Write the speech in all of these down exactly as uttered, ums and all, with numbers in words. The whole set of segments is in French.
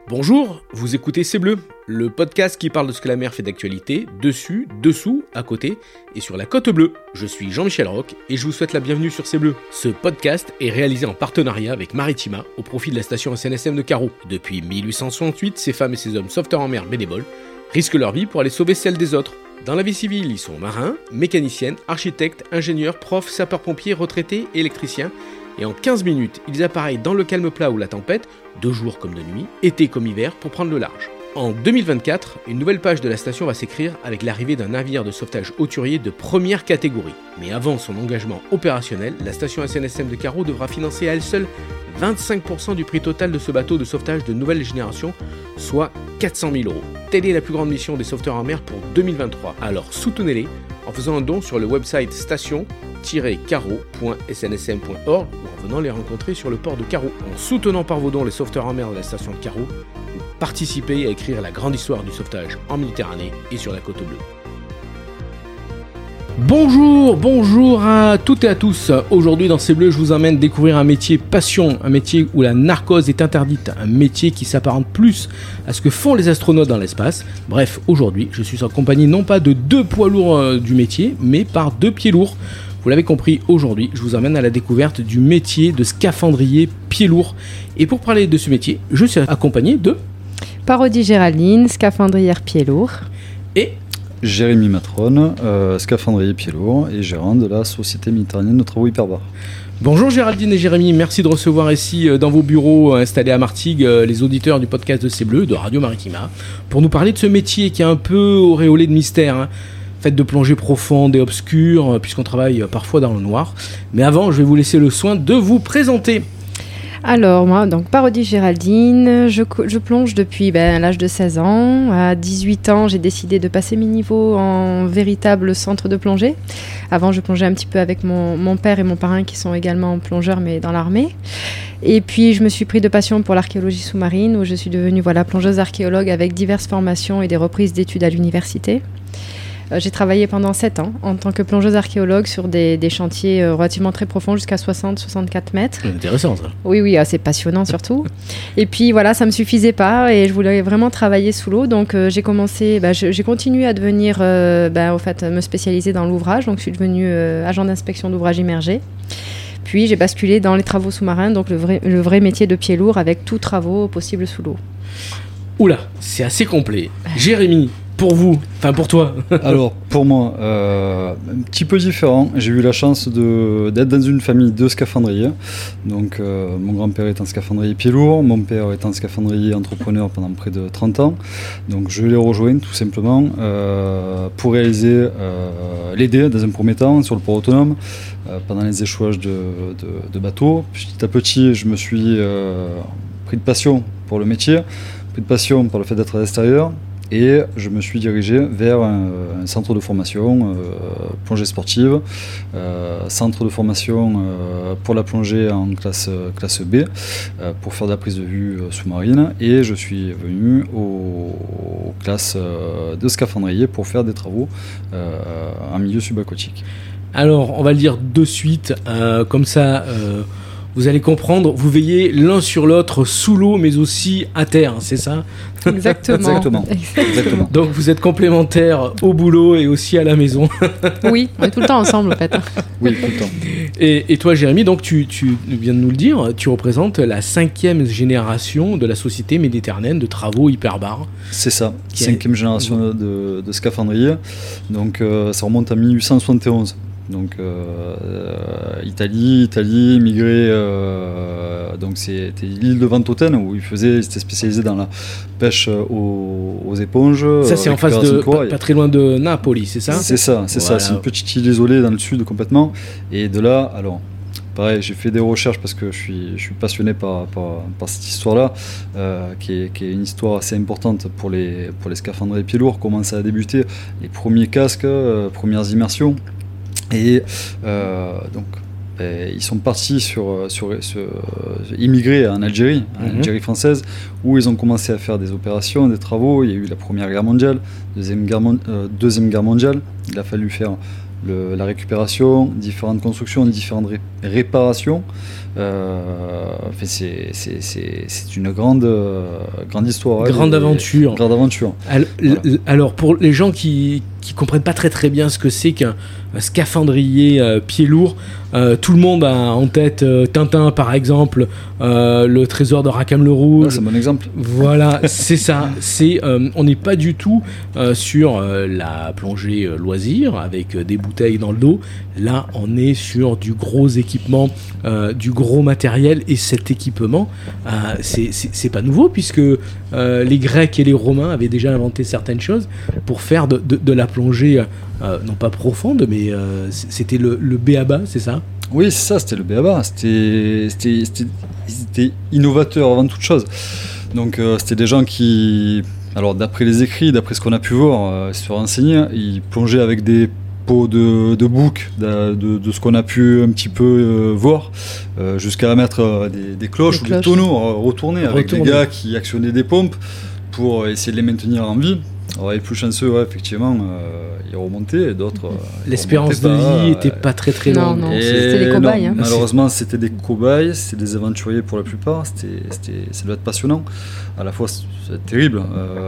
Bonjour, vous écoutez C'est Bleu, le podcast qui parle de ce que la mer fait d'actualité, dessus, dessous, à côté et sur la côte bleue. Je suis Jean-Michel Roch et je vous souhaite la bienvenue sur C'est Bleu. Ce podcast est réalisé en partenariat avec Maritima au profit de la station S N S M de Carreau. Depuis mille huit cent soixante-huit, ces femmes et ces hommes sauveteurs en mer bénévoles risquent leur vie pour aller sauver celle des autres. Dans la vie civile, ils sont marins, mécaniciennes, architectes, ingénieurs, profs, sapeurs-pompiers, retraités, électriciens. Et en quinze minutes, ils appareillent dans le calme plat ou la tempête, de jour comme de nuit, été comme hiver, pour prendre le large. En deux mille vingt-quatre, une nouvelle page de la station va s'écrire avec l'arrivée d'un navire de sauvetage hauturier de première catégorie. Mais avant son engagement opérationnel, la station S N S M de Carreau devra financer à elle seule vingt-cinq pour cent du prix total de ce bateau de sauvetage de nouvelle génération, soit quatre cent mille euros. Telle est la plus grande mission des sauveteurs en mer pour deux mille vingt-trois. Alors soutenez-les en faisant un don sur le website station tiret carreau point s n s m point org ou en venant les rencontrer sur le port de Carreau. En soutenant par vos dons les sauveteurs en mer de la station de Carreau, vous participez à écrire la grande histoire du sauvetage en Méditerranée et sur la côte bleue. Bonjour, bonjour à toutes et à tous. Aujourd'hui dans C'est Bleu, je vous emmène découvrir un métier passion, un métier où la narcose est interdite, un métier qui s'apparente plus à ce que font les astronautes dans l'espace. Bref, aujourd'hui, je suis en compagnie non pas de deux poids lourds euh, du métier, mais par deux pieds lourds. Vous l'avez compris, aujourd'hui, je vous emmène à la découverte du métier de scaphandrier pied lourd. Et pour parler de ce métier, je suis accompagné de... Parodie Géraldine, scaphandrière pied lourd. Et... Jérémy Matrone, euh, scaphandrier pied lourd et gérant de la Société Méditerranéenne de Travaux Hyperbar. Bonjour Géraldine et Jérémy, merci de recevoir ici dans vos bureaux installés à Martigues les auditeurs du podcast de C'est Bleu, de Radio Maritima, pour nous parler de ce métier qui est un peu auréolé de mystère, hein. Fait de plongées profondes et obscures, puisqu'on travaille parfois dans le noir. Mais avant, je vais vous laisser le soin de vous présenter. Alors, moi, donc Parodie Géraldine, je, je plonge depuis ben, l'âge de seize ans. À dix-huit ans, j'ai décidé de passer mes niveaux en véritable centre de plongée. Avant, je plongeais un petit peu avec mon, mon père et mon parrain qui sont également plongeurs, mais dans l'armée. Et puis, je me suis pris de passion pour l'archéologie sous-marine, où je suis devenue voilà, plongeuse archéologue avec diverses formations et des reprises d'études à l'université. J'ai travaillé pendant sept ans en tant que plongeuse archéologue sur des, des chantiers relativement très profonds, jusqu'à soixante à soixante-quatre mètres. C'est intéressant ça. Oui, oui, assez passionnant surtout. Et puis voilà, ça ne me suffisait pas et je voulais vraiment travailler sous l'eau. Donc euh, j'ai commencé, bah, je, j'ai continué à devenir, euh, bah, au fait, me spécialiser dans l'ouvrage. Donc je suis devenue euh, agent d'inspection d'ouvrage immergé. Puis j'ai basculé dans les travaux sous-marins, donc le vrai, le vrai métier de pied lourd avec tous travaux possibles sous l'eau. Oula, c'est assez complet. Jérémy, pour vous, enfin pour toi. Alors pour moi, euh, un petit peu différent. J'ai eu la chance de, d'être dans une famille de scaphandriers. Donc euh, mon grand-père est un scaphandrier pied lourd, mon père est un scaphandrier entrepreneur pendant près de trente ans. Donc je l'ai rejoint tout simplement euh, pour réaliser, euh, l'aider dans un premier temps sur le port autonome euh, pendant les échouages de, de, de bateaux. Petit à petit, je me suis euh, pris de passion pour le métier, pris de passion pour le fait d'être à l'extérieur. Et je me suis dirigé vers un, un centre de formation, euh, plongée sportive, euh, centre de formation euh, pour la plongée en classe, classe B, euh, pour faire de la prise de vue euh, sous-marine. Et je suis venu aux, aux classes euh, de scaphandrier pour faire des travaux euh, en milieu subaquatique. Alors, on va le dire de suite, euh, comme ça... Euh... Vous allez comprendre, vous veillez l'un sur l'autre sous l'eau, mais aussi à terre, c'est ça ? Exactement. Exactement. Exactement. Donc vous êtes complémentaires au boulot et aussi à la maison. Oui, on est tout le temps ensemble en fait. Oui, tout le temps. Et, et toi Jérémy, donc tu, tu viens de nous le dire, tu représentes la cinquième génération de la Société Méditerranéenne de Travaux Hyperbar. C'est ça, Qui cinquième est... génération de, de scaphandrier. Donc euh, ça remonte à mille huit cent soixante et onze. Donc euh, euh, Italie, Italie, immigré, euh, donc c'était l'île de Ventotene où ils faisaient, ils étaient spécialisés dans la pêche aux, aux éponges. Ça c'est en face de, pas, pas très loin de Napoli, c'est ça ? C'est ça, c'est voilà. ça, c'est une petite île isolée dans le sud complètement. Et de là, alors pareil, j'ai fait des recherches parce que je suis, je suis passionné par, par, par cette histoire-là, euh, qui, est, qui est une histoire assez importante pour les, pour les scaphandriers pieds lourds. Comment ça a débuté, les premiers casques, euh, premières immersions. Et euh, donc, ben, ils sont partis sur, sur, sur immigrer en Algérie, en mm-hmm. Algérie française, où ils ont commencé à faire des opérations, des travaux. Il y a eu la Première Guerre mondiale, Deuxième Guerre, euh, Deuxième Guerre mondiale. Il a fallu faire le, la récupération, différentes constructions, différentes ré, réparations. Euh, enfin, c'est, c'est, c'est, c'est une grande, euh, grande histoire. Grande et, aventure. Grande aventure. Alors, voilà. alors pour les gens qui qui comprennent pas très très bien ce que c'est qu'un un scaphandrier euh, pied lourd, euh, tout le monde a en tête euh, Tintin par exemple, euh, le trésor de Rackham le Rouge. Ouais, c'est un bon exemple. Voilà, c'est ça. C'est, euh, on n'est pas du tout euh, sur euh, la plongée euh, loisir avec euh, des bouteilles dans le dos. Là, on est sur du gros équipement, euh, du gros matériel, et cet équipement, euh, c'est, c'est, c'est pas nouveau puisque euh, les Grecs et les Romains avaient déjà inventé certaines choses pour faire de, de, de la plongée, euh, non pas profonde, mais euh, c'était le, le b a ba, c'est ça ? Oui, c'est ça, c'était le b a ba. C'était, c'était, c'était, c'était innovateur avant toute chose. Donc, euh, c'était des gens qui, alors d'après les écrits, d'après ce qu'on a pu voir, euh, se renseigner, ils plongeaient avec des pots de, de bouc, de, de, de ce qu'on a pu un petit peu euh, voir, euh, jusqu'à mettre euh, des, des cloches des ou cloches. Des tonneaux euh, retournés, avec Retourne. des gars qui actionnaient des pompes pour essayer de les maintenir en vie. Alors, les plus chanceux, ouais, effectivement, euh, ils remontaient, et d'autres. Euh, L'espérance de vie n'était euh, pas très très longue. Non, non, et c'était les cobayes. Non, hein. Malheureusement, c'était des cobayes, c'était des aventuriers pour la plupart. C'était, c'était, ça doit être passionnant. À la fois, c'est terrible.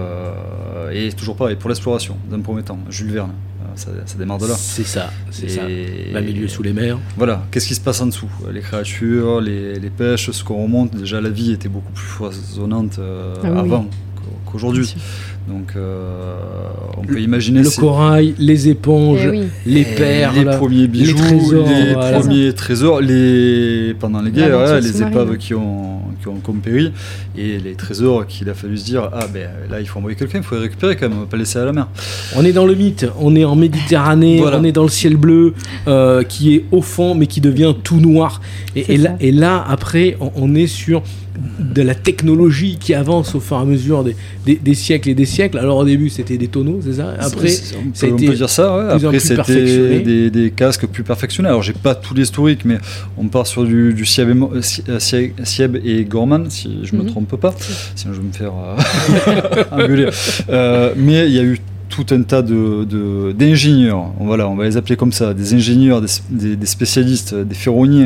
Euh, et toujours pareil, pour l'exploration, d'un premier temps. Jules Verne, ça, ça démarre de là. C'est ça, c'est et ça. Le milieu sous les mers. Voilà, qu'est-ce qui se passe en dessous ? Les créatures, les, les pêches, ce qu'on remonte. Déjà, la vie était beaucoup plus foisonnante euh, ah, avant oui. qu'aujourd'hui. Donc euh, on peut imaginer le ces... corail, les éponges, eh oui. les perles, les premiers bijoux, les, trésors, les voilà. premiers trésors, les pendant les guerres, ouais, les épaves qui ont qui ont compéri et les trésors qu'il a fallu se dire ah ben là il faut envoyer quelqu'un, il faut les récupérer quand même, pas laisser à la mer. On est dans le mythe, on est en Méditerranée, voilà. on est dans le ciel bleu euh, qui est au fond mais qui devient tout noir et, et là et là après on, on est sur de la technologie qui avance au fur et à mesure des, des, des siècles et des siècles. Alors au début c'était des tonneaux, c'est ça. Après c'est, on, ça peut, a été on peut dire ça. Ouais. Après c'était des, des casques plus perfectionnés. Alors j'ai pas tout l'historique, mais on part sur du, du Sieb, et, Sieb et Gorman, si je me mm-hmm. trompe pas. Sinon je vais me faire euh, engueuler. Euh, mais il y a eu tout un tas de, de, d'ingénieurs, voilà, on va les appeler comme ça, des ingénieurs, des, des, des spécialistes, des ferronniers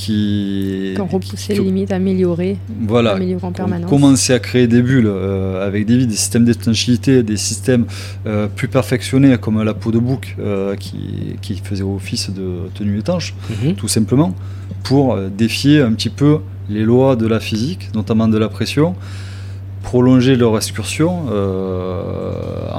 qui... Qui ont repoussé les limites, amélioré, voilà, amélioré en permanence. Commencé à créer des bulles euh, avec des vides, des systèmes d'étanchéité, des systèmes euh, plus perfectionnés comme la peau de bouc euh, qui, qui faisait office de tenue étanche, mm-hmm. tout simplement, pour euh, défier un petit peu les lois de la physique, notamment de la pression, prolonger leur excursion euh,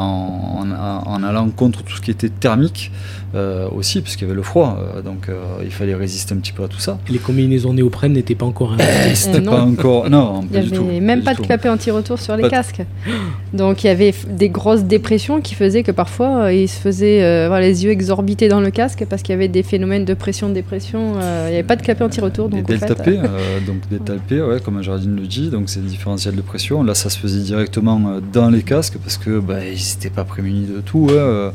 en, en, en allant contre tout ce qui était thermique euh, aussi, parce qu'il y avait le froid, euh, donc euh, il fallait résister un petit peu à tout ça. Les combinaisons néoprène n'étaient pas encore inventées. C'était euh, pas encore, non, il n'y avait même pas de clapet anti-retour sur les pas casques. Donc il y avait des grosses dépressions qui faisaient que parfois euh, ils se faisaient euh, voilà, les yeux exorbités dans le casque parce qu'il y avait des phénomènes de pression-dépression. Euh, il n'y avait pas de clapet anti-retour. Donc des delta fait, P, euh, donc des delta P, ouais, comme Géraldine le dit, donc c'est le différentiel de pression. Là, ça se faisait directement dans les casques parce que bah, ils n'étaient pas prémunis de tout. Ouais, euh,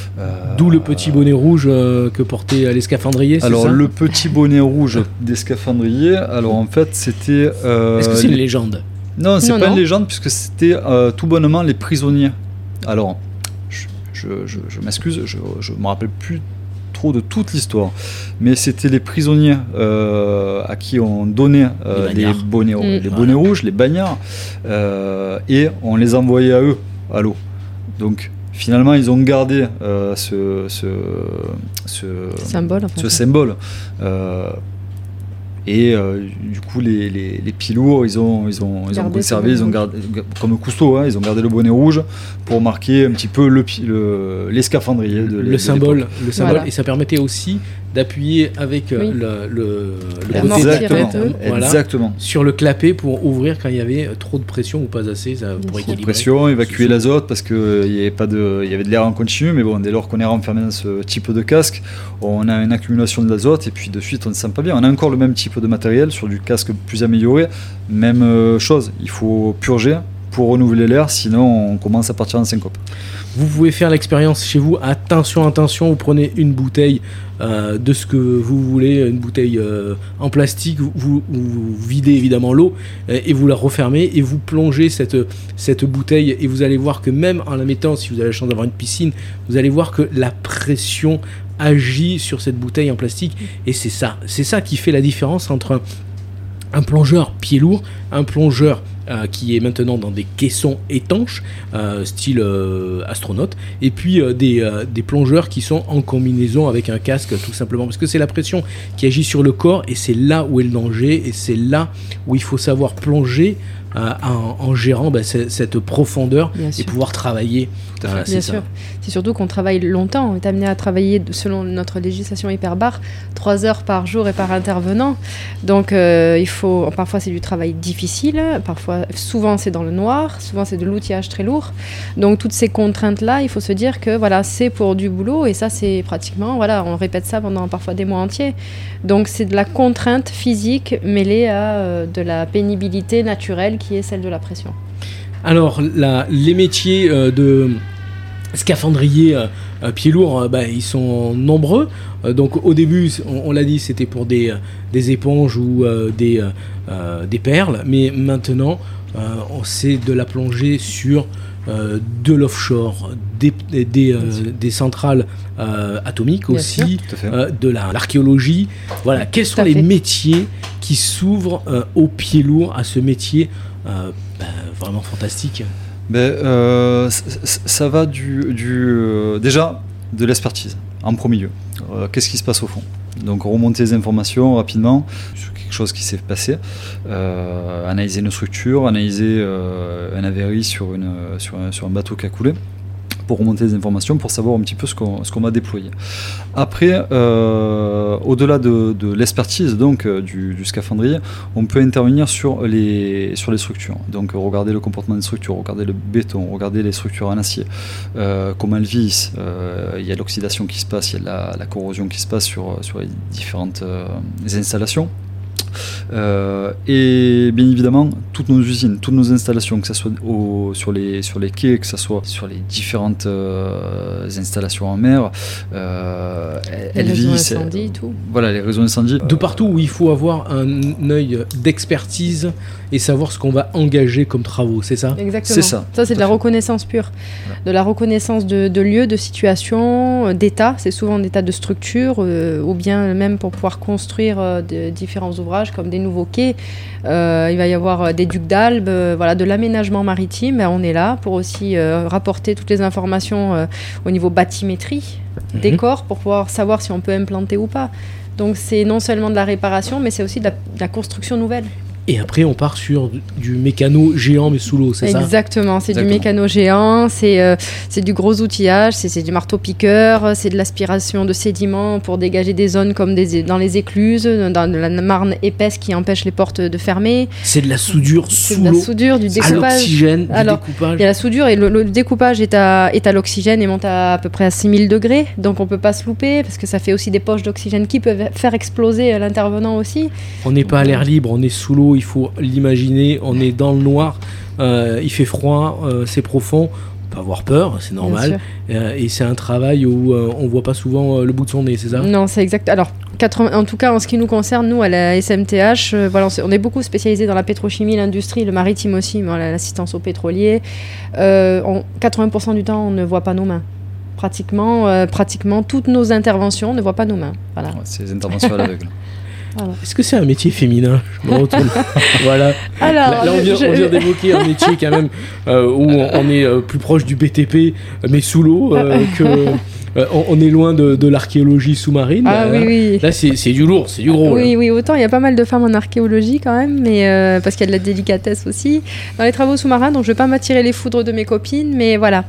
D'où le petit bonnet rouge euh, que portaient les scaphandriers. C'est alors ça le petit bonnet rouge des scaphandriers. Alors en fait, c'était. Euh, Est-ce que c'est les... une légende ? Non, c'est non, pas non. une légende puisque c'était euh, tout bonnement les prisonniers. Alors, je, je, je, je m'excuse, je, je me rappelle plus trop de toute l'histoire, mais c'était les prisonniers euh, à qui on donnait euh, les, les bonnets, mmh. les bonnets voilà. rouges, les bagnards, euh, et on les envoyait à eux, à l'eau. Donc finalement, ils ont gardé euh, ce, ce, ce symbole. En fait. Ce symbole. Euh, Et euh, du coup, les, les, les pilours, ils ont, ils ont, ils ont conservé, ils ont gardé, comme Cousteau, hein, ils ont gardé le bonnet rouge pour marquer un petit peu le, le, les scaphandriers. De, le, de symbole, le symbole, voilà. Et ça permettait aussi d'appuyer avec oui. le, le, le côté exactement, voilà, exactement. sur le clapet pour ouvrir quand il y avait trop de pression ou pas assez, ça, pour équilibrer. Pression, évacuer l'azote parce qu'il euh, y avait pas de, il y avait de l'air en continu, mais bon, dès lors qu'on est renfermé dans ce type de casque, on a une accumulation de l'azote et puis de suite on ne se sent pas bien. On a encore le même type de matériel sur du casque plus amélioré, même euh, chose, il faut purger pour renouveler l'air, sinon on commence à partir en syncope. Vous pouvez faire l'expérience chez vous. Attention, attention, vous prenez une bouteille euh, de ce que vous voulez, une bouteille euh, en plastique, vous, vous, vous videz évidemment l'eau euh, et vous la refermez et vous plongez cette, cette bouteille et vous allez voir que même en la mettant, si vous avez la chance d'avoir une piscine, vous allez voir que la pression agit sur cette bouteille en plastique. Et c'est ça, c'est ça qui fait la différence entre un, un plongeur pied lourd, un plongeur euh, qui est maintenant dans des caissons étanches, euh, style euh, astronaute, et puis euh, des, euh, des plongeurs qui sont en combinaison avec un casque, tout simplement, parce que c'est la pression qui agit sur le corps, et c'est là où est le danger, et c'est là où il faut savoir plonger euh, en, en gérant bah, c- cette profondeur Bien et sûr. pouvoir travailler. Euh, c'est Bien ça. sûr. C'est surtout qu'on travaille longtemps. On est amené à travailler, selon notre législation hyperbare, trois heures par jour et par intervenant. Donc, euh, il faut. Parfois, c'est du travail difficile. Parfois, souvent, c'est dans le noir. Souvent, c'est de l'outillage très lourd. Donc, toutes ces contraintes-là, il faut se dire que voilà, c'est pour du boulot. Et ça, c'est pratiquement. Voilà, on répète ça pendant parfois des mois entiers. Donc, c'est de la contrainte physique mêlée à euh, de la pénibilité naturelle qui est celle de la pression. Alors, la, les métiers euh, de scaphandrier euh, euh, pied lourd, euh, bah, ils sont nombreux. Euh, donc, au début, on, on l'a dit, c'était pour des, euh, des éponges ou euh, des, euh, euh, des perles. Mais maintenant, euh, on sait de la plongée sur euh, de l'offshore, des, des, euh, des centrales euh, atomiques Bien aussi, sûr. Tout à fait. euh, de la, l'archéologie. Voilà, quels sont à les fait. métiers qui s'ouvrent euh, au pied lourd, à ce métier euh, bah, vraiment fantastique? Ben, euh, c- c- ça va du, du euh, déjà de l'expertise en premier lieu. Euh, qu'est-ce qui se passe au fond? Donc remonter les informations rapidement sur quelque chose qui s'est passé, euh, analyser une structure, analyser euh, un avéri sur, une, sur, un, sur un bateau qui a coulé, pour remonter les informations, pour savoir un petit peu ce qu'on, ce qu'on va déployer. Après, euh, au-delà de, de l'expertise donc euh, du, du scaphandrier, on peut intervenir sur les, sur les structures. Donc regarder le comportement des structures, regarder le béton, regarder les structures en acier, euh, comment elles vieillissent. Euh, il y a l'oxydation qui se passe, il y a la, la corrosion qui se passe sur, sur les différentes euh, les installations. Euh, et bien évidemment toutes nos usines, toutes nos installations, que ce soit au, sur, les, sur les quais, que ce soit sur les différentes euh, installations en mer, euh, Les elles réseaux vivent. incendie, tout. Voilà, les réseaux d'incendie. De partout où il faut avoir un œil d'expertise et savoir ce qu'on va engager comme travaux, c'est ça? Exactement. C'est ça, Ça, c'est tout de la à fait. reconnaissance pure. Voilà. De la reconnaissance de, de lieux, de situations, euh, d'états. C'est souvent d'états de structure, euh, ou bien même pour pouvoir construire euh, de, différents ouvrages comme des nouveaux quais. Euh, il va y avoir euh, des ducs d'Albe, euh, voilà, de l'aménagement maritime. Ben, on est là pour aussi euh, rapporter toutes les informations euh, au niveau bathymétrie, Mhm. décor, pour pouvoir savoir si on peut implanter ou pas. Donc c'est non seulement de la réparation, mais c'est aussi de la, de la construction nouvelle. Et après, on part sur du, du mécano géant mais sous l'eau, c'est ça? Exactement, c'est du Exactement. mécano géant, c'est euh, c'est du gros outillage, c'est c'est du marteau-piqueur, c'est de l'aspiration de sédiments pour dégager des zones comme des, dans les écluses, dans de la marne épaisse qui empêche les portes de fermer. C'est de la soudure C'est sous de la l'eau, soudure, du à découpage. l'oxygène, du Alors, découpage. Il y a la soudure et le, le découpage est à, est à l'oxygène et monte à à peu près à six mille degrés. Donc on peut pas se louper parce que ça fait aussi des poches d'oxygène qui peuvent faire exploser euh, l'intervenant aussi. On n'est pas à l'air libre, on est sous l'eau, il faut l'imaginer, on est dans le noir, euh, il fait froid, euh, c'est profond. On peut avoir peur, c'est Bien normal. Euh, et c'est un travail où euh, on voit pas souvent euh, le bout de son nez, c'est ça? Non, c'est exact. Alors, quatre-vingts en tout cas, en ce qui nous concerne, nous, à la S M T H, euh, voilà, on, s'est- on est beaucoup spécialisé dans la pétrochimie, l'industrie, le maritime aussi, voilà, l'assistance aux pétroliers. Euh, on- quatre-vingts pour cent du temps, on ne voit pas nos mains. Pratiquement, euh, pratiquement toutes nos interventions ne voient pas nos mains. Voilà. Ouais, c'est les interventions à l'aveugle. Est-ce que c'est un métier féminin? Je me retourne. Voilà. Alors, Là, là, on vient, je- on vient d'évoquer un métier quand même euh, où on, on est euh, plus proche du B T P, mais sous l'eau, euh, que euh, on, on est loin de, de l'archéologie sous-marine. Ah Là, oui, oui. Là, c'est c'est du lourd, c'est du gros. là. Oui, oui, autant il y a pas mal de femmes en archéologie quand même, mais euh, parce qu'il y a de la délicatesse aussi. Dans les travaux sous-marins, donc je ne vais pas m'attirer les foudres de mes copines, mais voilà.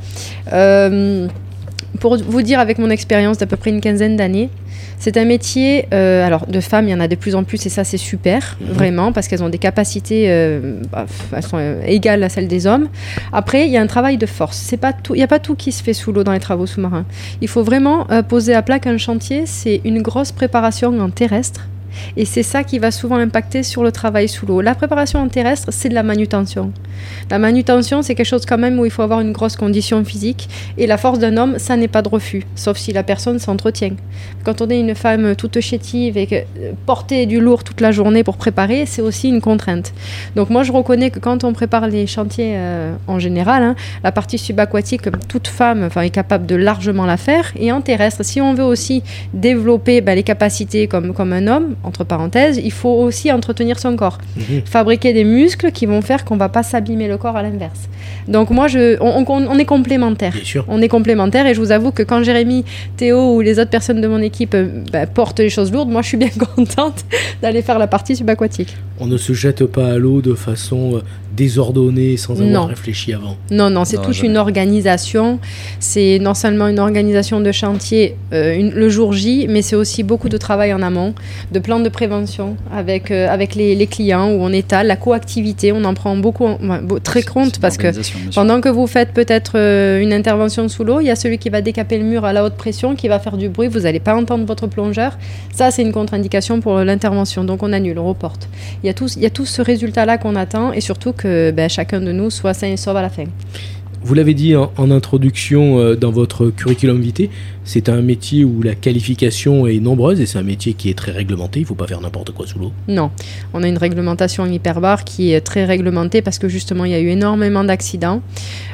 Euh, pour vous dire, avec mon expérience d'à peu près une quinzaine d'années, c'est un métier, euh, alors de femmes, il y en a de plus en plus, et ça c'est super, Mhm. vraiment, parce qu'elles ont des capacités, euh, bah, elles sont euh, égales à celles des hommes. Après, il y a un travail de force. C'est pas tout, il n'y a pas tout qui se fait sous l'eau dans les travaux sous-marins. Il faut vraiment euh, poser à plat qu'un chantier, c'est une grosse préparation en terrestre, Et c'est ça qui va souvent impacter sur le travail sous l'eau. La préparation en terrestre, c'est de la manutention. La manutention, c'est quelque chose quand même où il faut avoir une grosse condition physique. Et la force d'un homme, ça n'est pas de refus, sauf si la personne s'entretient. Quand on est une femme toute chétive et que porter du lourd toute la journée pour préparer, c'est aussi une contrainte. Donc moi, je reconnais que quand on prépare les chantiers euh, en général, hein, la partie subaquatique, toute femme enfin, est capable de largement la faire. Et en terrestre, si on veut aussi développer ben, les capacités comme, comme un homme, entre parenthèses, il faut aussi entretenir son corps. Mmh. Fabriquer des muscles qui vont faire qu'on ne va pas s'abîmer le corps à l'inverse. Donc moi, je, on, on, on est complémentaires. Bien sûr. On est complémentaires et je vous avoue que quand Jérémy, Théo ou les autres personnes de mon équipe ben, portent les choses lourdes, moi je suis bien contente d'aller faire la partie subaquatique. On ne se jette pas à l'eau de façon euh, désordonnée sans avoir non. réfléchi avant. Non, non, c'est non, toute jamais. Une organisation. C'est non seulement une organisation de chantier euh, une, le jour J, mais c'est aussi beaucoup de travail en amont, de plans de prévention avec, euh, avec les, les clients où on étale la coactivité. On en prend beaucoup, ouais, très compte parce que pendant que vous faites peut-être euh, une intervention sous l'eau, il y a celui qui va décaper le mur à la haute pression, qui va faire du bruit. Vous n'allez pas entendre votre plongeur. Ça, c'est une contre-indication pour l'intervention. Donc, on annule, on reporte. Il y a tout, il y a tout ce résultat-là qu'on attend et surtout que ben, chacun de nous soit sain et sauve à la fin. Vous l'avez dit en, en introduction euh, dans votre curriculum vitae, c'est un métier où la qualification est nombreuse et c'est un métier qui est très réglementé. Il ne faut pas faire n'importe quoi sous l'eau. Non, on a une réglementation en hyperbar qui est très réglementée parce que justement il y a eu énormément d'accidents.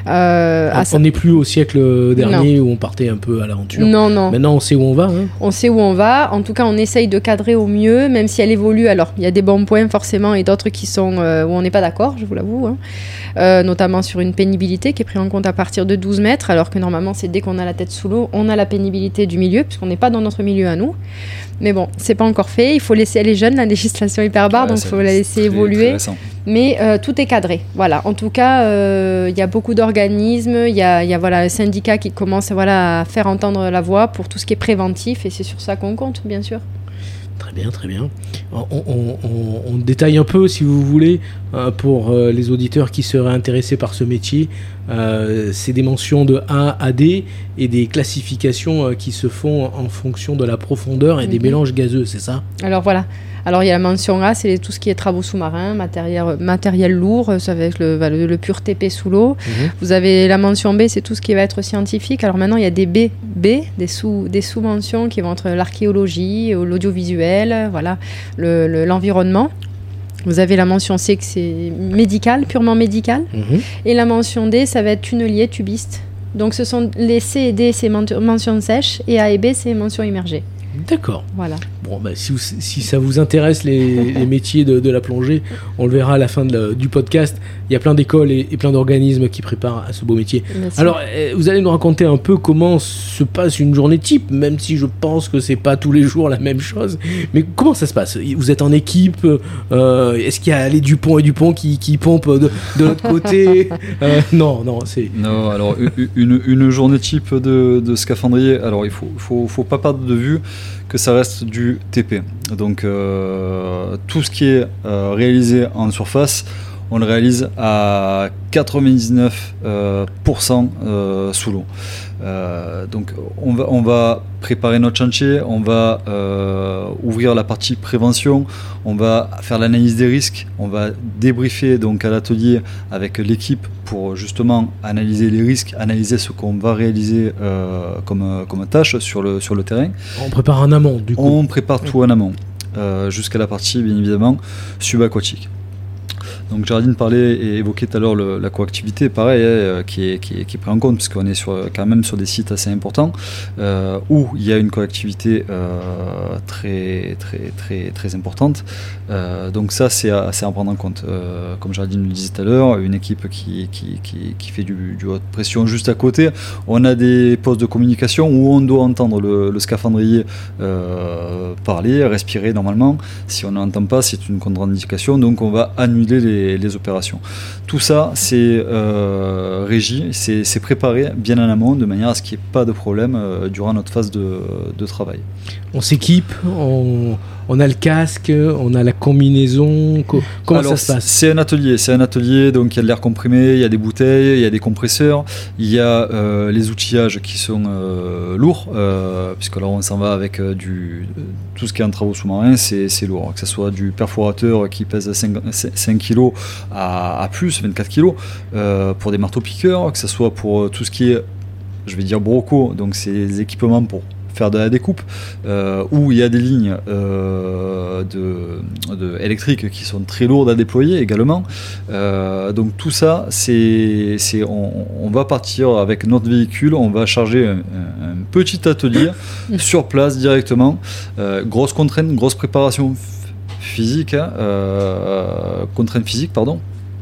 Euh, on sa... n'est plus au siècle dernier non. où on partait un peu à l'aventure. Non, non. Maintenant on sait où on va. Hein. On sait où on va. En tout cas, on essaye de cadrer au mieux, même si elle évolue. Alors il y a des bons points forcément et d'autres qui sont euh, où on n'est pas d'accord, je vous l'avoue. Hein. Euh, notamment sur une pénibilité qui est prise en compte à partir de douze mètres, alors que normalement c'est dès qu'on a la tête sous l'eau, on a la pénibilité du milieu, puisqu'on n'est pas dans notre milieu à nous. Mais bon, c'est pas encore fait, il faut laisser, elle est jeune la législation hyperbar, ouais, donc il faut la laisser très, évoluer. Très mais euh, tout est cadré, voilà. En tout cas, il euh, y a beaucoup d'organismes, il y a, y a voilà, un syndicat qui commence voilà, à faire entendre la voix pour tout ce qui est préventif, et c'est sur ça qu'on compte, bien sûr. Très bien, très bien. On, on, on, on détaille un peu, si vous voulez, euh, pour euh, les auditeurs qui seraient intéressés par ce métier. Euh, c'est des mentions de A à D et des classifications euh, qui se font en fonction de la profondeur et mm-hmm. des mélanges gazeux, c'est ça ? Alors voilà. Alors il y a la mention A, c'est tout ce qui est travaux sous-marins, matériel, matériel lourd, ça va être le, le, le pur T P sous l'eau. Mmh. Vous avez la mention B, c'est tout ce qui va être scientifique. Alors maintenant il y a des B, B des, sous, des sous-mentions qui vont être l'archéologie, l'audiovisuel, voilà, le, le, l'environnement. Vous avez la mention C, que c'est médical, purement médical. Mmh. Et la mention D, ça va être tunnelier, tubiste. Donc ce sont les C et D, c'est mentions sèches, et A et B, c'est mentions immergées. D'accord. Voilà. Bon, bah, si, vous, si ça vous intéresse, les, les métiers de, de la plongée, on le verra à la fin de la, du podcast. Il y a plein d'écoles et, et plein d'organismes qui préparent à ce beau métier. Merci. Alors, eh, vous allez nous raconter un peu comment se passe une journée type, même si je pense que c'est pas tous les jours la même chose. Mais comment ça se passe ? Vous êtes en équipe euh, Est-ce qu'il y a les Dupont et Dupont qui, qui pompent de, de l'autre côté euh, Non, non, c'est... Non, alors, une, une journée type de, de scaphandrier, alors il faut, faut, faut pas perdre de vue que ça reste du T P. Donc euh, tout ce qui est euh, réalisé en surface, on le réalise à quatre-vingt-dix-neuf pour cent euh, euh, sous l'eau. Euh, donc on va, on va préparer notre chantier, on va euh, ouvrir la partie prévention, on va faire l'analyse des risques, on va débriefer donc à l'atelier avec l'équipe pour justement analyser les risques, analyser ce qu'on va réaliser euh, comme, comme tâche sur le, sur le terrain. On prépare en amont du coup. On prépare tout en amont, euh, jusqu'à la partie bien évidemment subaquatique. Donc Géraldine parlait et évoquait tout à l'heure le, la coactivité, pareil, hein, qui, est, qui, est, qui est pris en compte, puisqu'on est sur, quand même sur des sites assez importants, euh, où il y a une coactivité euh, très, très, très, très importante. Euh, donc ça, c'est à, c'est à prendre en compte. Euh, comme Géraldine le disait tout à l'heure, une équipe qui, qui, qui, qui fait du, du haute pression juste à côté. On a des postes de communication où on doit entendre le, le scaphandrier euh, parler, respirer normalement. Si on n'entend pas, c'est une contre-indication, donc on va annuler les Les, les opérations. Tout ça, c'est euh, régi, c'est, c'est préparé bien en amont de manière à ce qu'il n'y ait pas de problème euh, durant notre phase de, de travail. On s'équipe, on, on a le casque, on a la combinaison. Co- comment Alors, ça se passe? C'est un atelier, c'est un atelier, donc il y a de l'air comprimé, il y a des bouteilles, il y a des compresseurs, il y a euh, les outillages qui sont euh, lourds, euh, puisque là on s'en va avec euh, du, tout ce qui est en travaux sous-marins, c'est, c'est lourd, que ce soit du perforateur qui pèse cinq kilos à, à plus, vingt-quatre kilos, euh, pour des marteaux-piqueurs, que ce soit pour tout ce qui est, je vais dire broco, donc c'est des équipements pour faire de la découpe, euh, où il y a des lignes euh, de, de électriques qui sont très lourdes à déployer également. Euh, donc tout ça, c'est, c'est on, on va partir avec notre véhicule, on va charger un, un petit atelier sur place directement. Euh, grosse contrainte, grosse préparation f- physique, hein, euh, contrainte physique, pardon,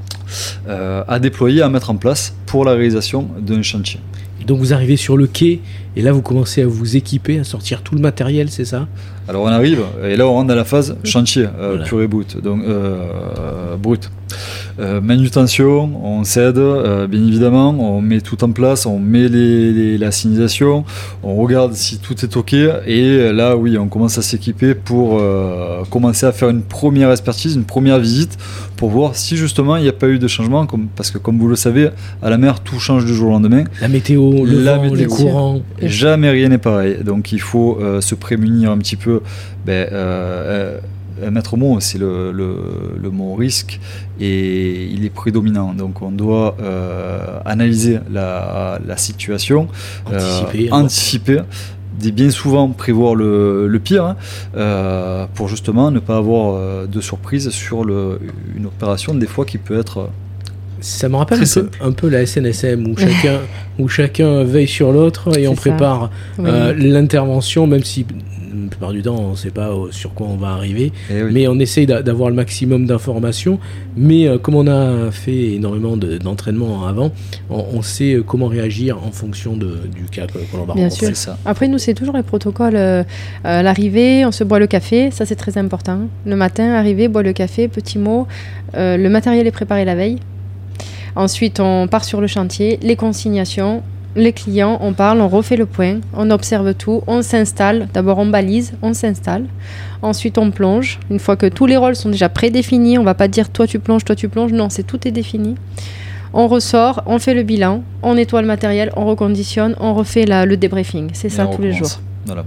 euh, à déployer, à mettre en place pour la réalisation d'un chantier. Donc vous arrivez sur le quai et là vous commencez à vous équiper, à sortir tout le matériel, c'est ça? Alors on arrive et là on rentre dans la phase chantier, euh, voilà. pur et brut. Donc euh, brut. Euh, manutention, on s'aide, euh, bien évidemment, on met tout en place, on met les, les, la signalisation, on regarde si tout est ok et là oui on commence à s'équiper pour euh, commencer à faire une première expertise, une première visite pour voir si justement il n'y a pas eu de changement, comme, parce que comme vous le savez, à la mer tout change du jour au lendemain. La météo, le La vent, météo. les courants. Jamais rien n'est pareil, donc il faut euh, se prémunir un petit peu. Ben, euh, un maître mot, c'est le, le, le mot risque et il est prédominant. Donc on doit euh, analyser la, la situation, Anticiper. euh, anticiper, des, bien souvent prévoir le, le pire, hein, euh, pour justement ne pas avoir euh, de surprise sur le, une opération des fois qui peut être... Ça me rappelle un Très peu, un peu la S N S M où chacun, où chacun veille sur l'autre et C'est on ça. prépare Oui. euh, l'intervention, même si la plupart du temps on ne sait pas euh, sur quoi on va arriver, Eh oui. mais on essaye d'a- d'avoir le maximum d'informations. Mais euh, comme on a fait énormément de- d'entraînement avant, on, on sait euh, comment réagir en fonction de, du cas que, que l'on va Bien rencontrer. sûr. C'est ça. Après, nous, c'est toujours les protocoles. Euh, à l'arrivée, on se boit le café, ça c'est très important. Le matin, arrivé, boit le café, petit mot. Euh, le matériel est préparé la veille. Ensuite, on part sur le chantier, les consignations, les clients, on parle, on refait le point, on observe tout, on s'installe. D'abord, on balise, on s'installe. Ensuite, on plonge. Une fois que tous les rôles sont déjà prédéfinis, on ne va pas dire toi tu plonges, toi tu plonges. Non, c'est tout est défini. On ressort, on fait le bilan, on nettoie le matériel, on reconditionne, on refait la- le débriefing. C'est Et ça on tous les recommence. jours. Voilà.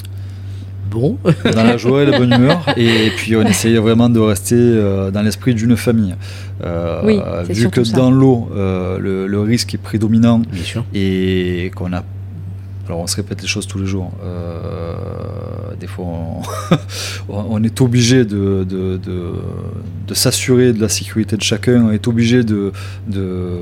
Bon, Dans la joie et la bonne humeur, et puis on essaye vraiment de rester euh, dans l'esprit d'une famille. Euh, Oui, c'est vu surtout que ça. dans l'eau, euh, le, le risque est prédominant bien sûr. et qu'on a. Alors on se répète les choses tous les jours. Euh, des fois, on, on est obligé de, de, de, de s'assurer de la sécurité de chacun. On est obligé de, de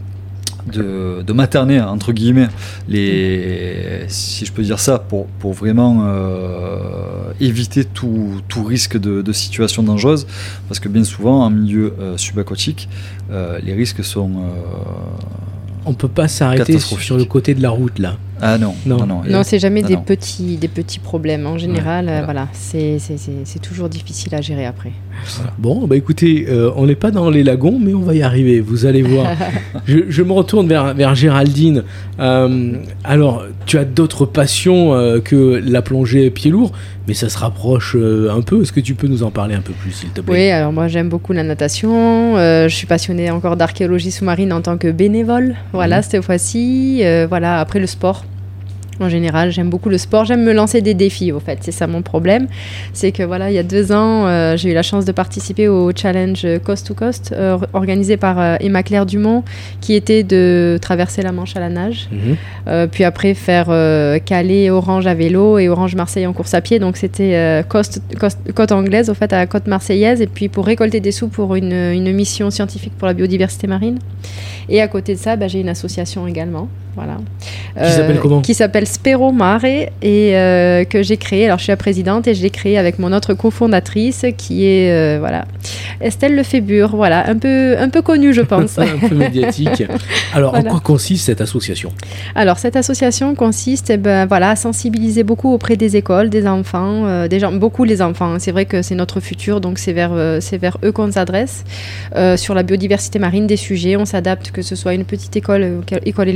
De, de materner entre guillemets les, si je peux dire ça, pour, pour vraiment euh, éviter tout, tout risque de, de situation dangereuse, parce que bien souvent en milieu euh, subaquatique euh, les risques sont euh, On peut pas s'arrêter Catastrophique. sur le côté de la route là. ah non Non. non, non, Non, c'est jamais non, des non. petits, des petits problèmes. En général, Ouais, euh, voilà. voilà, c'est, c'est, c'est, c'est toujours difficile à gérer après. Bon, bah écoutez, euh, on n'est pas dans les lagons, mais on va y arriver, vous allez voir. je, je me retourne vers, vers Géraldine. Euh, alors, tu as d'autres passions euh, que la plongée pied lourd, mais ça se rapproche euh, un peu. Est-ce que tu peux nous en parler un peu plus, s'il te plaît? Oui, alors moi j'aime beaucoup la natation. Euh, je suis passionnée encore d'archéologie sous-marine en tant que bénévole. Voilà, Mhm. cette fois-ci. Euh, voilà, après le sport. En général, j'aime beaucoup le sport. J'aime me lancer des défis, au fait. C'est ça mon problème. C'est que voilà, il y a deux ans, euh, j'ai eu la chance de participer au challenge Coast to Coast, euh, organisé par euh, Emma Claire Dumont, qui était de traverser la Manche à la nage. Mhm. Euh, puis après, faire euh, Calais, Orange à vélo et Orange Marseille en course à pied. Donc c'était euh, côte, côte, côte anglaise, au fait, à la côte marseillaise. Et puis pour récolter des sous pour une, une mission scientifique pour la biodiversité marine. Et à côté de ça, bah, j'ai une association également. Voilà. Qui s'appelle comment ? Qui s'appelle Spero Mare et euh, que j'ai créée. Alors je suis la présidente et je l'ai créée avec mon autre cofondatrice qui est euh, voilà, Estelle Lefébure. Voilà, un peu, un peu connue, je pense. Un peu médiatique. Alors, Voilà. en quoi consiste cette association ? Alors, cette association consiste eh ben, voilà, à sensibiliser beaucoup auprès des écoles, des enfants, euh, des gens, beaucoup les enfants. C'est vrai que c'est notre futur, donc c'est vers, euh, c'est vers eux qu'on s'adresse. Euh, sur la biodiversité marine, des sujets, on s'adapte, que ce soit une petite école, euh, école élémentaire,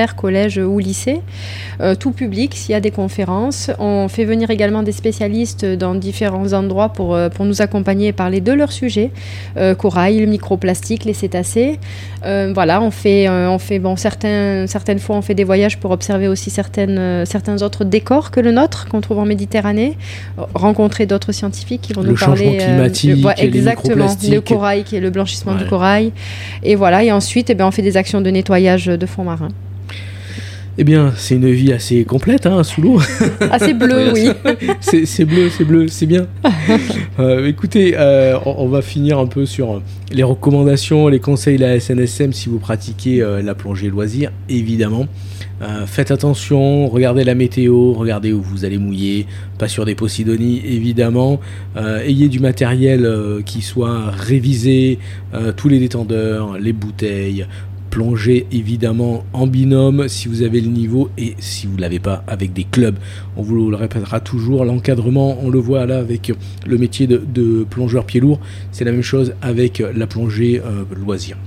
primaire, collège ou lycée, euh, tout public s'il y a des conférences. On fait venir également des spécialistes dans différents endroits pour, euh, pour nous accompagner et parler de leur sujet, euh, corail, le microplastique, les cétacés. Euh, voilà, on fait, euh, on fait bon, certains, certaines fois on fait des voyages pour observer aussi certaines, euh, certains autres décors que le nôtre qu'on trouve en Méditerranée, rencontrer d'autres scientifiques qui vont le nous parler. Le changement climatique, euh, ouais, les exactement, le corail qui est le blanchissement ouais. du corail. Et voilà, et ensuite, eh bien, on fait des actions de nettoyage de fonds marins. Eh bien, c'est une vie assez complète, hein, sous l'eau. Assez bleu, oui. c'est, c'est bleu, c'est bleu, c'est bien. euh, écoutez, euh, on, on va finir un peu sur les recommandations, les conseils de la S N S M si vous pratiquez euh, la plongée loisir, évidemment. Euh, faites attention, regardez la météo, regardez où vous allez mouiller, pas sur des Posidonies évidemment, euh, ayez du matériel euh, qui soit révisé, euh, tous les détendeurs, les bouteilles, plongez évidemment en binôme si vous avez le niveau et si vous ne l'avez pas avec des clubs. On vous le répétera toujours, l'encadrement, on le voit là avec le métier de, de plongeur pied lourd, c'est la même chose avec la plongée euh, loisir.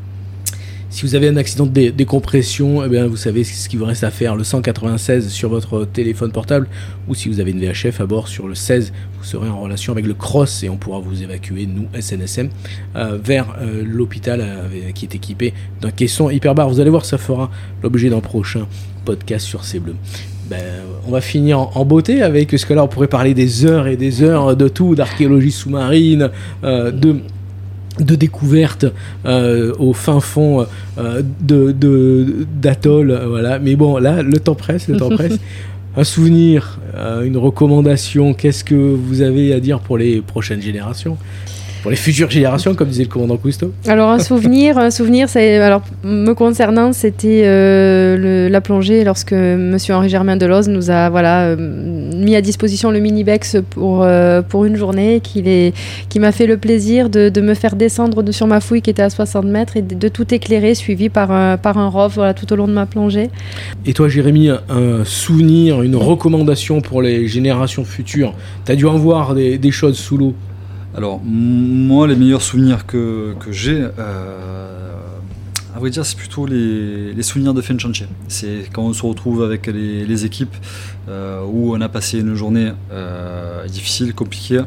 Si vous avez un accident de dé- décompression, eh bien vous savez ce qu'il vous reste à faire, le cent quatre-vingt-seize sur votre téléphone portable, ou si vous avez une V H F à bord sur le seize, vous serez en relation avec le CROSS et on pourra vous évacuer, nous, S N S M, euh, vers euh, l'hôpital euh, qui est équipé d'un caisson hyperbar. Vous allez voir, ça fera l'objet d'un prochain podcast sur C'est Bleu. Ben, on va finir en, en beauté avec, parce que là on pourrait parler des heures et des heures de tout, d'archéologie sous-marine, euh, de... de découvertes euh, au fin fond euh, de, de, d'atoll, euh, voilà. Mais bon, là, le temps presse, le temps presse. Un souvenir, euh, une recommandation, qu'est-ce que vous avez à dire pour les prochaines générations ? Pour les futures générations, comme disait le commandant Cousteau. Alors un souvenir, un souvenir, c'est, alors me concernant, c'était euh, le, la plongée lorsque Monsieur Henri Germain Deloz nous a voilà euh, mis à disposition le mini-bex pour euh, pour une journée, qu'il est, qui m'a fait le plaisir de, de me faire descendre de, sur ma fouille qui était à soixante mètres et de, de tout éclairer, suivi par un, par un rov voilà, tout au long de ma plongée. Et toi, Jérémy, un, un souvenir, une recommandation pour les générations futures ? Tu as dû en voir des, des choses sous l'eau. Alors, moi, les meilleurs souvenirs que, que j'ai, euh, à vrai dire, c'est plutôt les, les souvenirs de fin de chantier. C'est quand on se retrouve avec les, les équipes euh, où on a passé une journée euh, difficile, compliquée,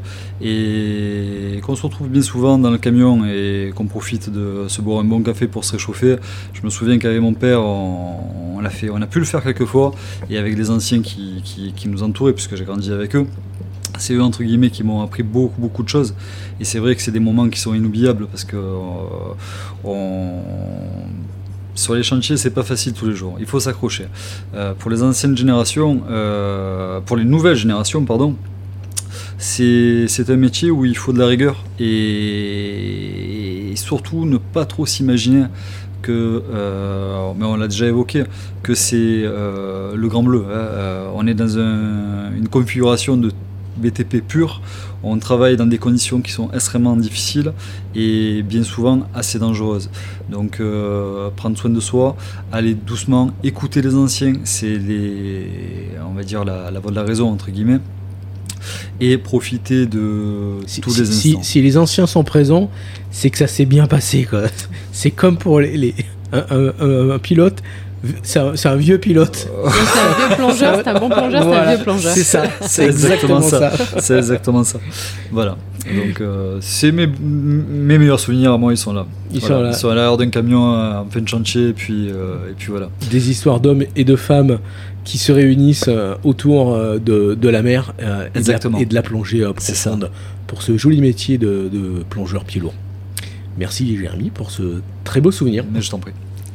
et qu'on se retrouve bien souvent dans le camion et qu'on profite de se boire un bon café pour se réchauffer. Je me souviens qu'avec mon père, on, on, l'a fait, on a pu le faire quelques fois, et avec les anciens qui, qui, qui nous entouraient, puisque j'ai grandi avec eux. C'est eux, entre guillemets, qui m'ont appris beaucoup, beaucoup de choses. Et c'est vrai que c'est des moments qui sont inoubliables parce que euh, on... sur les chantiers, c'est pas facile tous les jours. Il faut s'accrocher. Euh, pour les anciennes générations, euh, pour les nouvelles générations, pardon, c'est, c'est un métier où il faut de la rigueur et, et surtout ne pas trop s'imaginer que, euh, mais on l'a déjà évoqué, que c'est euh, le grand bleu. Hein. Euh, on est dans un, une configuration de B T P pur, on travaille dans des conditions qui sont extrêmement difficiles et bien souvent assez dangereuses. Donc euh, prendre soin de soi, aller doucement, écouter les anciens, c'est les, on va dire la, la voix de la raison entre guillemets, et profiter de si, tous si, les instants. Si, si les anciens sont présents, c'est que ça s'est bien passé, quoi. C'est comme pour les, les un, un, un, un pilote. C'est un, c'est un vieux pilote. C'est un vieux plongeur, c'est un bon plongeur, voilà, c'est un vieux plongeur. C'est ça, c'est exactement, exactement ça. ça. C'est exactement ça. Voilà. Donc, euh, c'est mes, mes meilleurs souvenirs, moi, ils sont là. Ils voilà. sont là. Ils sont à l'arrière d'un camion euh, en fin de chantier, et puis, euh, et puis voilà. Des histoires d'hommes et de femmes qui se réunissent euh, autour euh, de, de la mer euh, et, de la, et de la plongée euh, profonde pour ce joli métier de, de plongeur pied lourd. Merci, Jérémy, pour ce très beau souvenir. Mais je t'en prie.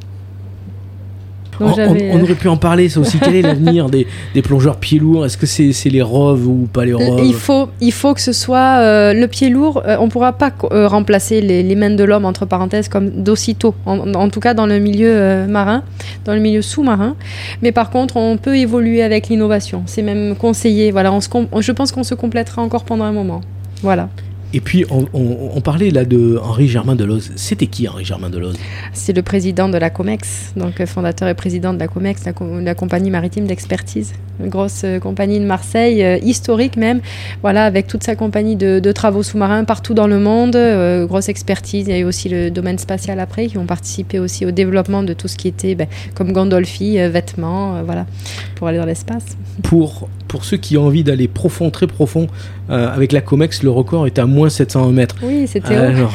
On, on, on aurait pu en parler, ça aussi. Quel est l'avenir des, des plongeurs pieds lourds ? Est-ce que c'est, c'est les roves ou pas les roves ? il faut, il faut que ce soit euh, le pied lourd. Euh, on ne pourra pas euh, remplacer les, les mains de l'homme, entre parenthèses, comme d'aussitôt. En, en tout cas, dans le milieu euh, marin, dans le milieu sous-marin. Mais par contre, on peut évoluer avec l'innovation. C'est même conseillé. Voilà, on se com- je pense qu'on se complétera encore pendant un moment. Voilà. Et puis, on, on, on parlait là de Henri Germain Deloz. C'était qui Henri Germain Deloz ? C'est le président de la COMEX, donc fondateur et président de la COMEX, la, co- la compagnie maritime d'expertise. Une grosse euh, compagnie de Marseille, euh, historique même, voilà, avec toute sa compagnie de, de travaux sous-marins partout dans le monde, euh, grosse expertise. Il y a eu aussi le domaine spatial après, qui ont participé aussi au développement de tout ce qui était ben, comme Gondolfi, euh, vêtements, euh, voilà, pour aller dans l'espace. Pour, pour ceux qui ont envie d'aller profond, très profond, euh, avec la COMEX, le record est à moins sept cent un mètres. Oui, c'était haut. Alors,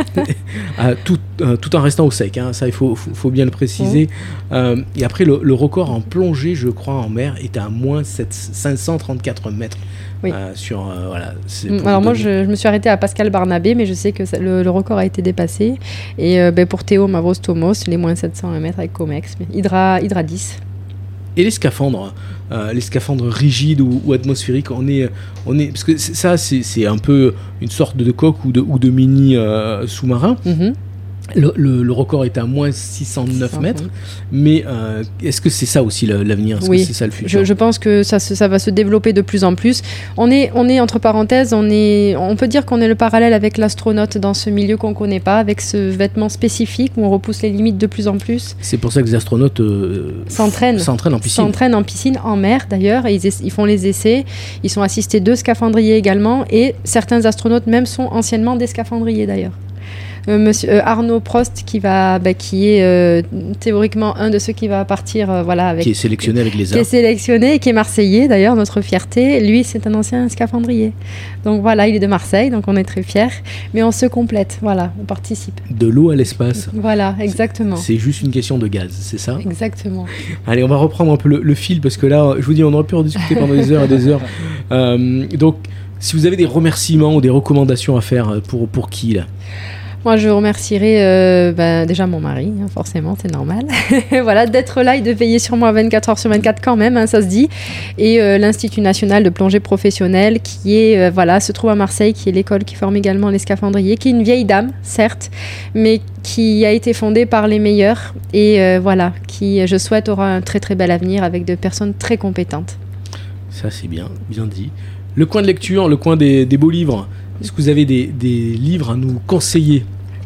euh, tout, euh, tout en restant au sec, hein, ça il faut, faut, faut bien le préciser. Mmh. Euh, et après, le, le record en plongée, je crois, en mer, est à moins cinq cent trente-quatre mètres. Oui. Euh, sur, euh, voilà, c'est Alors moi, je, je me suis arrêtée à Pascal Barnabé, mais je sais que ça, le, le record a été dépassé. Et euh, ben, pour Théo Mavros-Tomos, les moins sept cent un mètres avec COMEX, Hydra, Hydra dix. Et les scaphandres, euh, les scaphandres rigides ou, ou atmosphériques, on est, on est, parce que ça, c'est, c'est un peu une sorte de coque ou de, ou de mini euh, sous-marin. Mm-hmm. Le, le, le record est à moins six cent neuf six cents mètres, mais euh, est-ce que c'est ça aussi l'avenir ? Est-ce oui, que c'est ça le futur ? je, je pense que ça, ça va se développer de plus en plus. On est, on est entre parenthèses, on, est, on peut dire qu'on est le parallèle avec l'astronaute dans ce milieu qu'on ne connaît pas, avec ce vêtement spécifique où on repousse les limites de plus en plus. C'est pour ça que les astronautes euh, s'entraînent. s'entraînent en piscine. S'entraînent en piscine, en mer d'ailleurs, et ils, ils font les essais. Ils sont assistés de scaphandriers également, et certains astronautes même sont anciennement des scaphandriers d'ailleurs. Euh, monsieur euh, Arnaud Prost qui va bah, qui est euh, théoriquement un de ceux qui va partir euh, voilà avec qui est sélectionné avec les qui est sélectionné et qui est marseillais d'ailleurs, notre fierté. Lui, c'est un ancien scaphandrier, donc voilà, il est de Marseille, donc on est très fiers, mais on se complète, voilà, on participe de l'eau à l'espace, voilà, exactement. C'est, c'est juste une question de gaz, c'est ça ? Exactement. Allez, on va reprendre un peu le, le fil, parce que là, je vous dis, on aurait pu en discuter pendant des heures et des heures. Euh, donc si vous avez des remerciements ou des recommandations à faire, pour, pour qui là ? Moi, je remercierai euh, bah, déjà mon mari, hein, forcément, c'est normal. Voilà, d'être là et de veiller sur moi vingt-quatre heures sur vingt-quatre quand même, hein, ça se dit. Et euh, l'Institut national de plongée professionnelle qui est, euh, voilà, se trouve à Marseille, qui est l'école qui forme également les scaphandriers, qui est une vieille dame, certes, mais qui a été fondée par les meilleurs et euh, voilà, qui, je souhaite, aura un très très bel avenir avec de personnes très compétentes. Ça, c'est bien, bien dit. Le coin de lecture, le coin des, des beaux livres. Est-ce que vous avez des, des livres à nous conseiller ?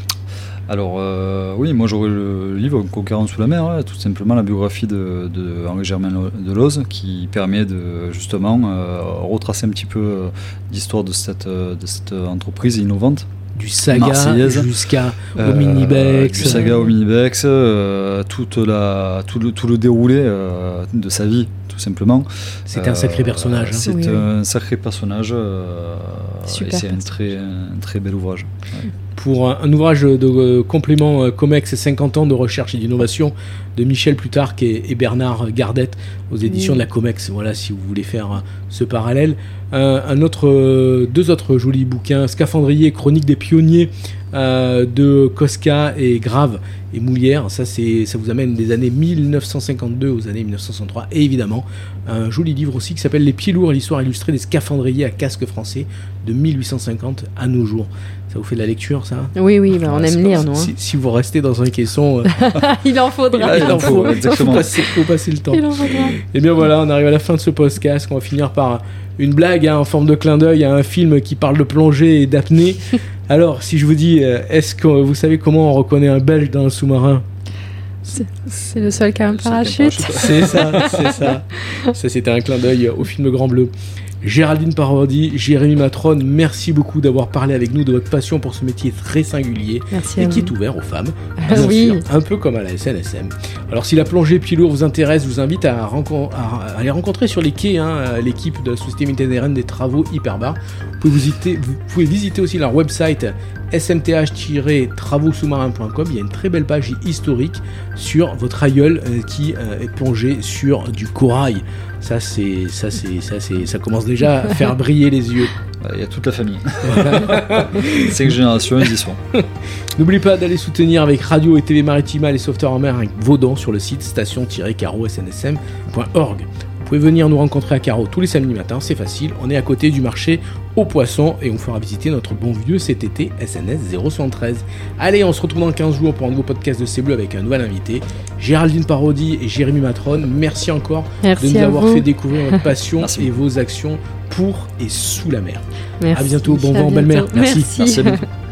Alors euh, oui, moi j'aurais le livre Conquérant sous la mer, là, tout simplement la biographie de, de Henri Germain Deloz, qui permet de justement euh, retracer un petit peu euh, l'histoire de cette, de cette entreprise innovante. Du saga jusqu'à euh, au Minibex. Du saga au Minibex, euh, toute la, tout, le, tout le déroulé euh, de sa vie, tout simplement. C'est euh, un sacré personnage. Hein. C'est oui, un oui. sacré personnage. Euh, Super et c'est un personnage. très, un très bel ouvrage. Ouais. Pour un, un ouvrage de euh, complément euh, COMEX cinquante ans de recherche et d'innovation de Michel Plutarque et, et Bernard Gardette aux éditions oui. de la COMEX. Voilà, si vous voulez faire euh, ce parallèle. Euh, un autre, euh, deux autres jolis bouquins, Scaphandrier, Chronique des pionniers euh, de Cosca et Grave et Moulière. Ça, c'est, ça vous amène des années mille neuf cent cinquante-deux aux années mille neuf cent soixante-trois. Et évidemment, un joli livre aussi qui s'appelle Les pieds lourds et l'histoire illustrée des scaphandriers à casque français de mille huit cent cinquante à nos jours. Ça vous fait de la lecture, ça ? Oui, oui, bah, on ah, aime lire, non si, si vous restez dans un caisson... Euh... il en faudra. Il en faut, exactement. Faut passer, faut passer le temps. Il en faudra. Et bien voilà, on arrive à la fin de ce podcast. On va finir par une blague hein, en forme de clin d'œil à un film qui parle de plongée et d'apnée. Alors, si je vous dis, est-ce que vous savez comment on reconnaît un Belge dans un sous-marin ? C'est, c'est le seul qui a un parachute. C'est ça, c'est ça. Ça, c'était un clin d'œil au film Grand Bleu. Géraldine Parodi, Jérémy Matrone, merci beaucoup d'avoir parlé avec nous de votre passion pour ce métier très singulier merci et qui est ouvert aux femmes, bien oui. sûr, un peu comme à la S N S M. Alors si la plongée pieds lourds vous intéresse, je vous invite à, rencon- à aller rencontrer sur les quais hein, l'équipe de la Société méditerranéenne des travaux Hyperbar. Vous pouvez visiter, vous pouvez visiter aussi leur website s m t h tiret travaux sous-marins point com. Il y a une très belle page historique sur votre aïeul euh, qui euh, est plongé sur du corail. Ça, c'est, ça, c'est, ça, c'est, ça commence déjà à faire briller les yeux. Il y a toute la famille. Voilà. Cinq générations, ils y sont. N'oubliez pas d'aller soutenir avec Radio et T V Maritima les sauveteurs en mer avec vos dons sur le site station tiret carreau s n s m point org. Vous pouvez venir nous rencontrer à Carreau tous les samedis matins, c'est facile, on est à côté du marché aux poissons et on fera visiter notre bon vieux C T T S N S zéro soixante-treize. Allez, on se retrouve dans quinze jours pour un nouveau podcast de C'est Bleu avec un nouvel invité, Géraldine Parodi et Jérémy Matrone. Merci encore Merci de nous avoir vous. fait découvrir votre passion et vos actions pour et sous la mer. Merci. À bientôt, bon À vent, belle mer. bientôt. Merci. Merci. Merci.